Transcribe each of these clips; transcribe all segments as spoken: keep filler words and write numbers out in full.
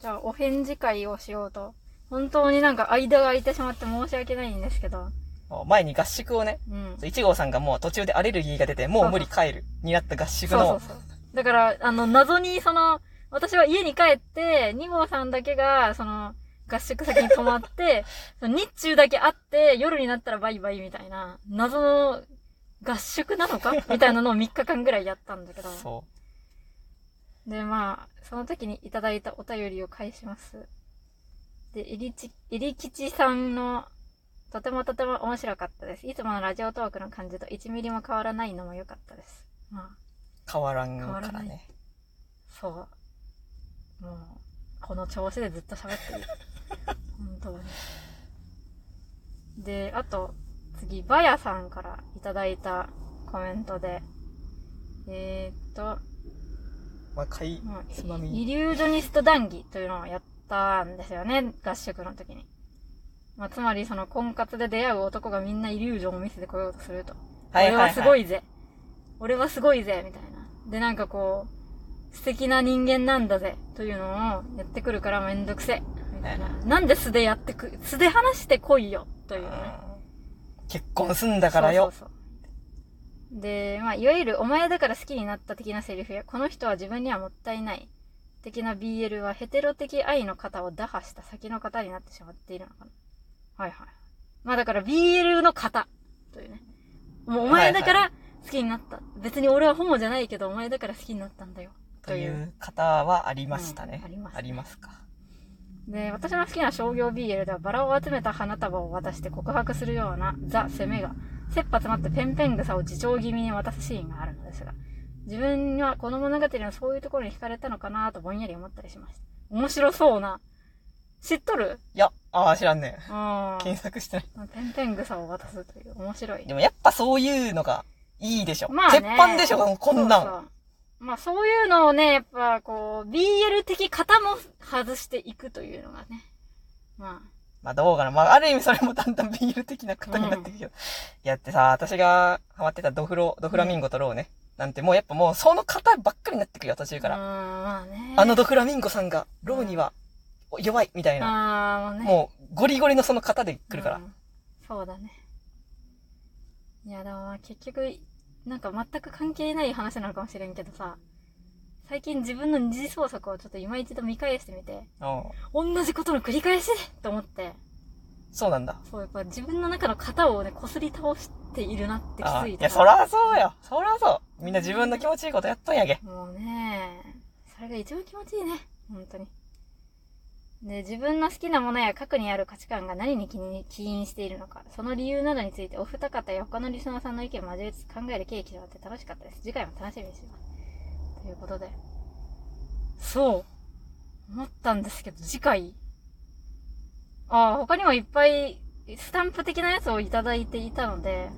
じゃあ、お返事会をしようと。本当になんか間が空いてしまって申し訳ないんですけど。 前に合宿をね、うん、いち号さんがもう途中でアレルギーが出て、もう無理帰るになった合宿の。そうそうそう。 だから、あの、謎にその、私は家に帰って、に号さんだけが、その、合宿先に泊まって、日中だけ会って、夜になったらバイバイみたいな、謎の合宿なのかみたいなのをみっかかんぐらいやったんだけど。そう。で、まあ、その時にいただいたお便りを返します。で、えりち、えりきちさんの、とてもとても面白かったです。いつものラジオトークの感じといちミリも変わらないのも良かったです。まあ、変わらんからね。 そう。もう、この調子でずっと喋ってる。本当に。で、あと、次、バヤさんからいただいたコメントで、えーっと、 まあ、かい、つまみ。 イリュージョニスト談義というのをやったんですよね、合宿の時に。まあ、つまりその婚活で出会う男がみんなイリュージョンを見せてこようとすると。はいはいはい、俺はすごいぜ。俺はすごいぜ、みたいな。で、なんかこう、素敵な人間なんだぜ、というのをやってくるからめんどくせ。みたいな。なんで素でやってく、素で話してこいよ、というね。 結婚すんだからよ。そうそうそう。で、まあ、いわゆるお前だから好きになった的なセリフや、この人は自分にはもったいない。的な ビーエル はヘテロ的愛の型を打破した先の型になってしまっているのかな。はいはい。まあだから ビーエル の型というね。もうお前だから好きになった。はいはい、別に俺はホモじゃないけどお前だから好きになったんだよ。 という方はありましたね。 うん、あります、ね。 ありますか。 で、私の好きな商業 ビーエル ではバラを集めた花束を渡して告白するようなザ・攻めが、切羽詰まってペンペン草を自重気味に渡すシーンがあるのですが、自分にはこの物語のそういうところに惹かれたのかなとぼんやり思ったりしました。面白そうな。知っとる？ いや、ああ、知らんね。検索してない。 ペンペン草を渡すという、面白い。 でもやっぱそういうのがいいでしょ。 まあね。 鉄板でしょ、こんなん。そうそうまあそういうのをね、やっぱこう、ビーエル 的型も外していくというのがね。まあ。 まあどうかな。まあある意味それもだんだん ビーエル 的な型になってくるけど。うん、いやってさ、私がハマってたドフロ、ドフラミンゴとローね。うん、なんてもうやっぱもうその型ばっかりになってくるよ、途中から。うん、まあね。あのドフラミンゴさんがローには、弱いみたいな。あー、ね、もうゴリゴリのその型で来るから、うん。 そうだね。いやでも結局、なんか全く関係ない話なのかもしれんけどさ、最近自分の二次創作をちょっと今一度見返してみて、同じことの繰り返しと思って。 そうなんだ。 そう、やっぱ自分の中の型をね、こすり倒しているなって気づいた。 いや、そらそうよ。そらそう。みんな自分の気持ちいいことやっとんやけ。 もうね、それが一番気持ちいいね。本当に。で、自分の好きなものや核にある価値観が何に起因しているのか、その理由などについてお二方や他のリスナーさんの意見を交えつつ考える契機となって楽しかったです。次回も楽しみにしてます。ということで。そう。思ったんですけど、次回。ああ、他にもいっぱいスタンプ的なやつをいただいていたので、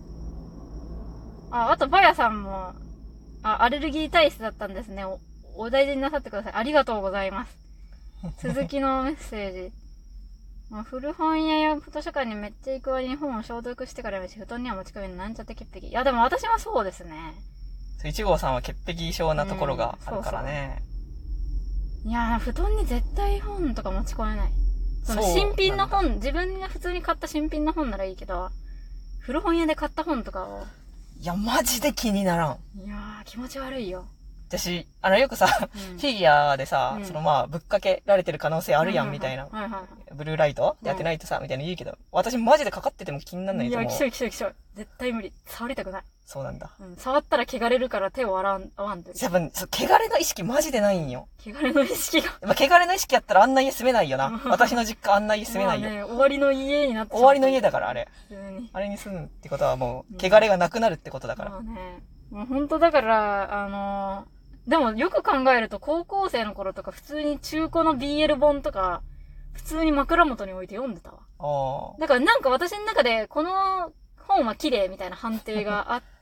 あ、あとバヤさんも、あ、アレルギー体質だったんですね。お、お大事になさってください。ありがとうございます。続きのメッセージ。まあ、古本屋や図書館にめっちゃ行く割に本を消毒してからやめし、布団には持ち込みのなんちゃって潔癖。いや、でも私もそうですね。 いち号さんは潔癖症なところがあるからね。 うん、そうそういやー、布団に絶対本とか持ち込めない。その新品の本、自分が普通に買った新品の本ならいいけど、古本屋で買った本とかを。 いや、マジで気にならん。 いやー、気持ち悪いよ。 私、あの、よくさ、うん、フィギュアでさ、うん、そのまあ、ぶっかけられてる可能性あるやん、みたいな。ブルーライトで当てないとさ、みたいな言うけど、私マジでかかってても気にならないと思う。 いや、きしょいきしょいきしょい。絶対無理。触りたくない。 そうなんだ。 うん。触ったら汚れるから手を洗わん、洗わんと。 多分、汚れの意識マジでないんよ。 汚れの意識が。 まあ、汚れの意識やったらあんな家住めないよな。私の実家あんな家住めないよ。 まあね、終わりの家になって終わりの家だから、あれ。普通に。あれに住むってことはもう、汚れがなくなるってことだから。 まあね。もう本当だから、あのー、でもよく考えると高校生の頃とか普通に中古の ビーエル 本とか普通に枕元に置いて読んでたわ。あだからなんか私の中でこの本は綺麗みたいな判定があって。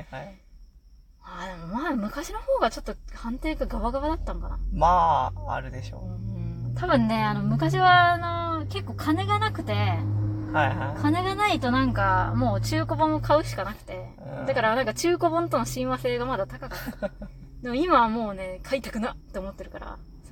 はいはい。あでもまあ昔の方がちょっと判定がガバガバだったんかな。 まあ、あるでしょう。 うん。多分ね、あの昔はあの結構金がなくて、はいはい。金がないとなんかもう中古本を買うしかなくて。うん、だからなんか中古本との親和性がまだ高かった。でも今はもうね、買いたくなって思ってるから、そ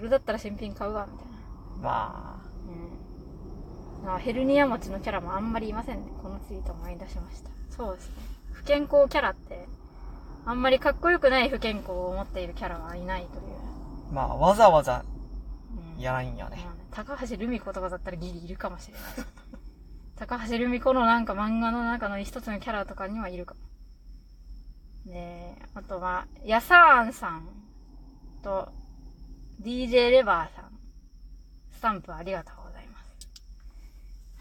それだったら新品買うわ、みたいな。 まうん。まあ、ヘルニア持ちのキャラもあんまりいませんね。このツイート思い出しました。そうですね。不健康キャラって、あんまりかっこよくない不健康を持っているキャラはいないという。 まあ、わざわざ、やらんよね。 うんまあ、ね高橋留美子とかだったらギリいるかもしれない。高橋留美子のなんか漫画の中の一つのキャラとかにはいるかも。で、あとは、ヤサーンさんと、ディージェー レバーさん、スタンプありがとうございます。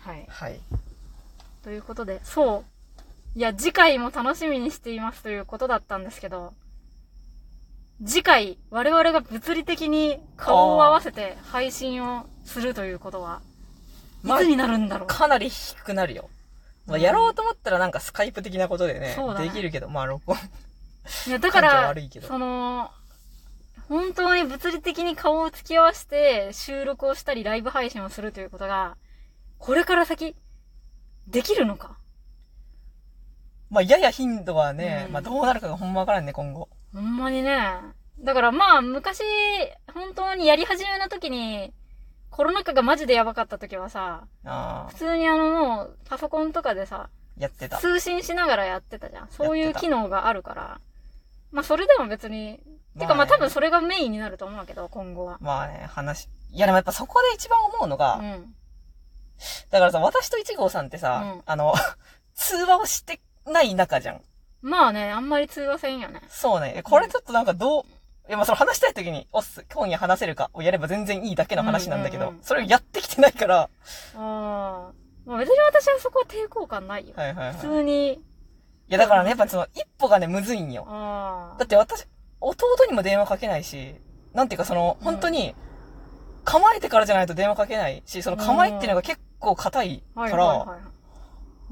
はい。 はい。 ということで、そう。いや、次回も楽しみにしていますということだったんですけど、次回、我々が物理的に顔を合わせて配信をするということは、いつになるんだろう、 まあ、かなり低くなるよ。まあ、やろうと思ったらなんかスカイプ的なことでね、 そうだねできるけど、まあ録音。 いや、だから、 悪いけどその、本当に物理的に顔を突き合わせて収録をしたりライブ配信をするということが、これから先、できるのか。 まあ、やや頻度はね、 うん、 まあどうなるかがほんまわからんね、今後。 ほんまにね。だからまあ、昔、本当にやり始めの時に、コロナ禍がマジでやばかった時はさ、 あ普通にあのもう、パソコンとかでさ、 やってた。 通信しながらやってたじゃん。そういう機能があるから。まあそれでも別に、てかまあ多分それがメインになると思うけど、今後は。 まあね、話、いやでもやっぱそこで一番思うのが、 うん、 だからさ、私と一号さんってさ、うん、あの、通話をしてない仲じゃん。 まあね、あんまり通話せんよね。 そうね。これちょっとなんかどう、いやまあその話したい時に、おっす、今夜話せるかをやれば全然いいだけの話なんだけど、うんうんうん、それをやってきてないから。ああ。まあ別に私はそこは抵抗感ないよ。 はいはいはい。 普通に。 いやだからね、やっぱその一歩がね、むずいんよ。 あだって私、弟にも電話かけないし、なんていうかその、本当に、構えてからじゃないと電話かけないし、その構えっていうのが結構硬いから、はいはいはい、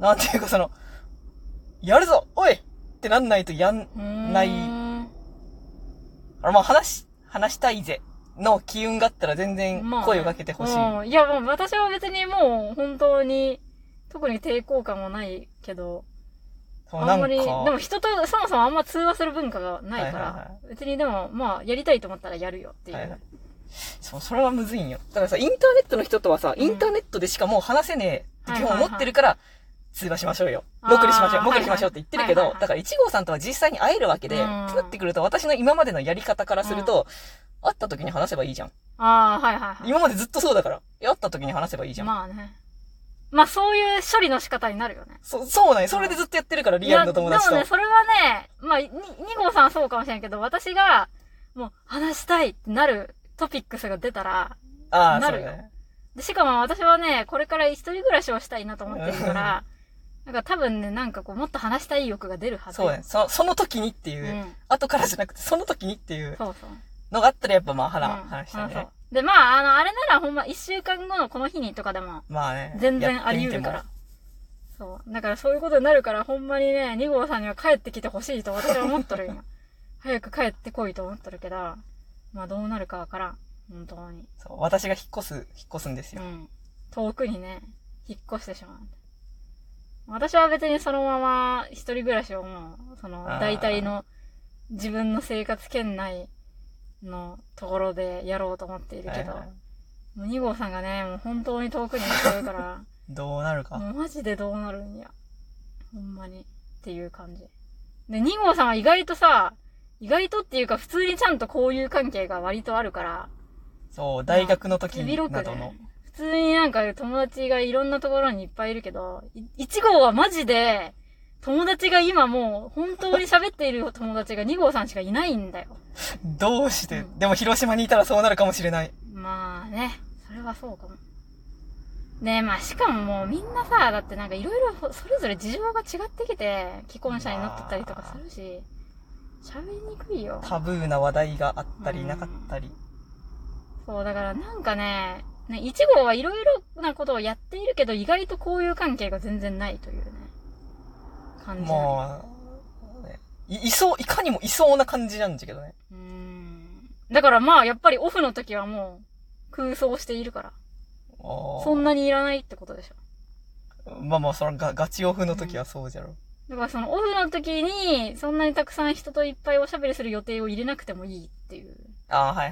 なんていうかその、やるぞおいってなんないとやんない。あまあ話、話したいぜの機運があったら全然声をかけてほしい。 まあね、いやもう私は別にもう本当に特に抵抗感もないけど、あんまり、でも人とそもそもあんま通話する文化がないから、はいはいはい、別にでもまあやりたいと思ったらやるよっていう。はいはい、 そう、それはむずいんよ。だからさ、インターネットの人とはさ、インターネットでしかもう話せねえって基本思ってるから、通話しましょうよ。僕にしましょう、僕にしましょうって言ってるけど、はいはい、だからいち号さんとは実際に会えるわけで、ってなってくると私の今までのやり方からすると、会った時に話せばいいじゃん。 ああ、はいはいはい。 今までずっとそうだから、会った時に話せばいいじゃん。 まあね。まあそういう処理の仕方になるよね。 そ、そうね。それでずっとやってるから、リアルの友達と。 でもね、それはね、まあ、に号さんはそうかもしれんけど、私が、もう話したいってなるトピックスが出たら、 ああ、 なるよ。ね、で、しかも私はね、これから一人暮らしをしたいなと思ってるから、なんか多分ね、なんかこう、もっと話したい意欲が出るはず。 そうね。そ、その時にっていう、うん、後からじゃなくて、その時にっていう。 そうそう。 のがあったらやっぱまあ、話、 うん、 話したいね。そうで、まあ、あの、あれならほんま一週間後のこの日にとかでも、 まあね。 全然あり得るから。そう。だからそういうことになるから、ほんまにね、に号さんには帰ってきてほしいと私は思っとる今。早く帰ってこいと思っとるけど、まあどうなるかわからん。本当に。 そう。私が引っ越す、引っ越すんですよ。 うん。遠くにね、引っ越してしまう。私は別にそのまま一人暮らしをもう、その、大体の自分の生活圏内のところでやろうと思っているけど、はいはい、もうに号さんがね、もう本当に遠くに行っちゃうから、 どうなるか。 もうマジでどうなるんや。ほんまに。っていう感じ。で、に号さんは意外とさ、意外とっていうか普通にちゃんと交友関係が割とあるから、 そう、大学の時などの。 ね、普通になんか友達がいろんなところにいっぱいいるけど、いち号はマジで、友達が今もう本当に喋っている友達がに号さんしかいないんだよ。 どうして、うん、でも広島にいたらそうなるかもしれない。 まあね、それはそうかも。ねえ、まあしかももうみんなさ、だってなんかいろいろそれぞれ事情が違ってきて、既婚者になってたりとかするし、喋りにくいよ。 タブーな話題があったりなかったり。うん、 そう、だからなんかね、ね、いち号はいろいろなことをやっているけど、意外と交友関係が全然ないというね、感じ。 まあ、ね、い、いそう、いかにもいそうな感じなんだけどね。 うーん。だからまあ、やっぱりオフの時はもう、空想しているから。そんなにいらないってことでしょ。 まあまあ、そのガガチオフの時はそうじゃろ。 うん、だからそのオフの時に、そんなにたくさん人といっぱいおしゃべりする予定を入れなくてもいいっていう。 ああ、はいはい。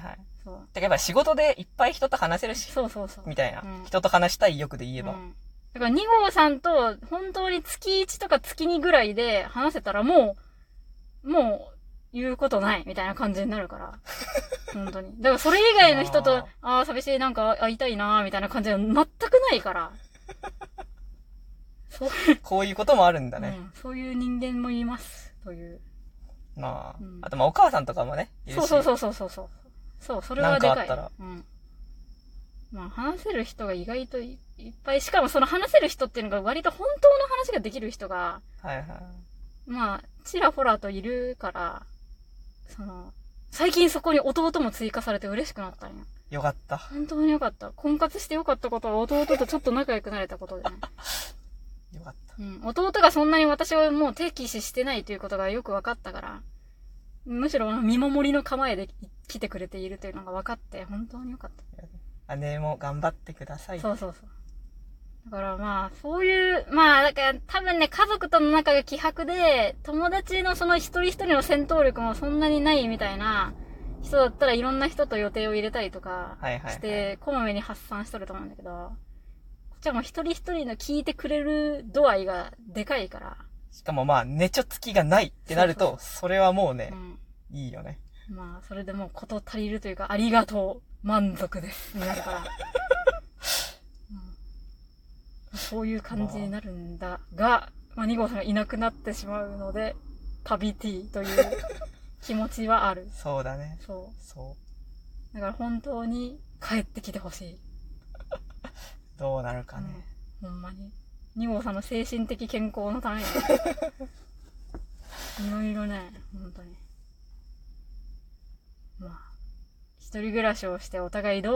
そう。 だからやっぱ仕事でいっぱい人と話せるし。 そうそうそう。 みたいな。 うん、 人と話したい欲で言えば。うん、 だからに号さんと本当に月いちとか月にぐらいで話せたらもう、もう言うことないみたいな感じになるから。本当に。だからそれ以外の人と、ああ、寂しい、なんか会いたいなーみたいな感じは全くないから。そういう。 こういうこともあるんだね。 うん。そういう人間もいます。という。 まあ、 うん、 あとまあお母さんとかもね、いるし。 そうそうそうそうそう。そう、それはでかい。 なんかあったら。 うん。まあ話せる人が意外と い, いっぱい、しかもその話せる人っていうのが割と本当の話ができる人が、 はいはい。 まあ、ちらほらといるから、その、最近そこに弟も追加されて嬉しくなったんよ。 よかった。 本当によかった。婚活してよかったことは弟とちょっと仲良くなれたことでね。 よかった。 うん。弟がそんなに私をもう敵視してないということがよく分かったから、むしろ見守りの構えで来てくれているというのが分かって、本当によかった。 姉も頑張ってください。 そうそうそう。だからまあ、そういう、まあ、だから多分ね、家族との仲が希薄で、友達のその一人一人の戦闘力もそんなにないみたいな人だったらいろんな人と予定を入れたりとかして、こまめに発散しとると思うんだけど、こっちはもう一人一人の聞いてくれる度合いがでかいから。 しかもまあ、寝ちょつきがないってなると、そうそうそう、それはもうね、うん、いいよね。 まあ、それでもうこと足りるというか、ありがとう、満足です。になるから。そういう感じになるんだが、まあ、に号さんがいなくなってしまうので、旅 T という気持ちはある。 そうだね。 そう。 そう。 だから本当に帰ってきてほしい。 どうなるかね。 うん、ほんまに。に号さんの精神的健康のために。いろいろね、本当に。まあ、一人暮らしをしてお互いどう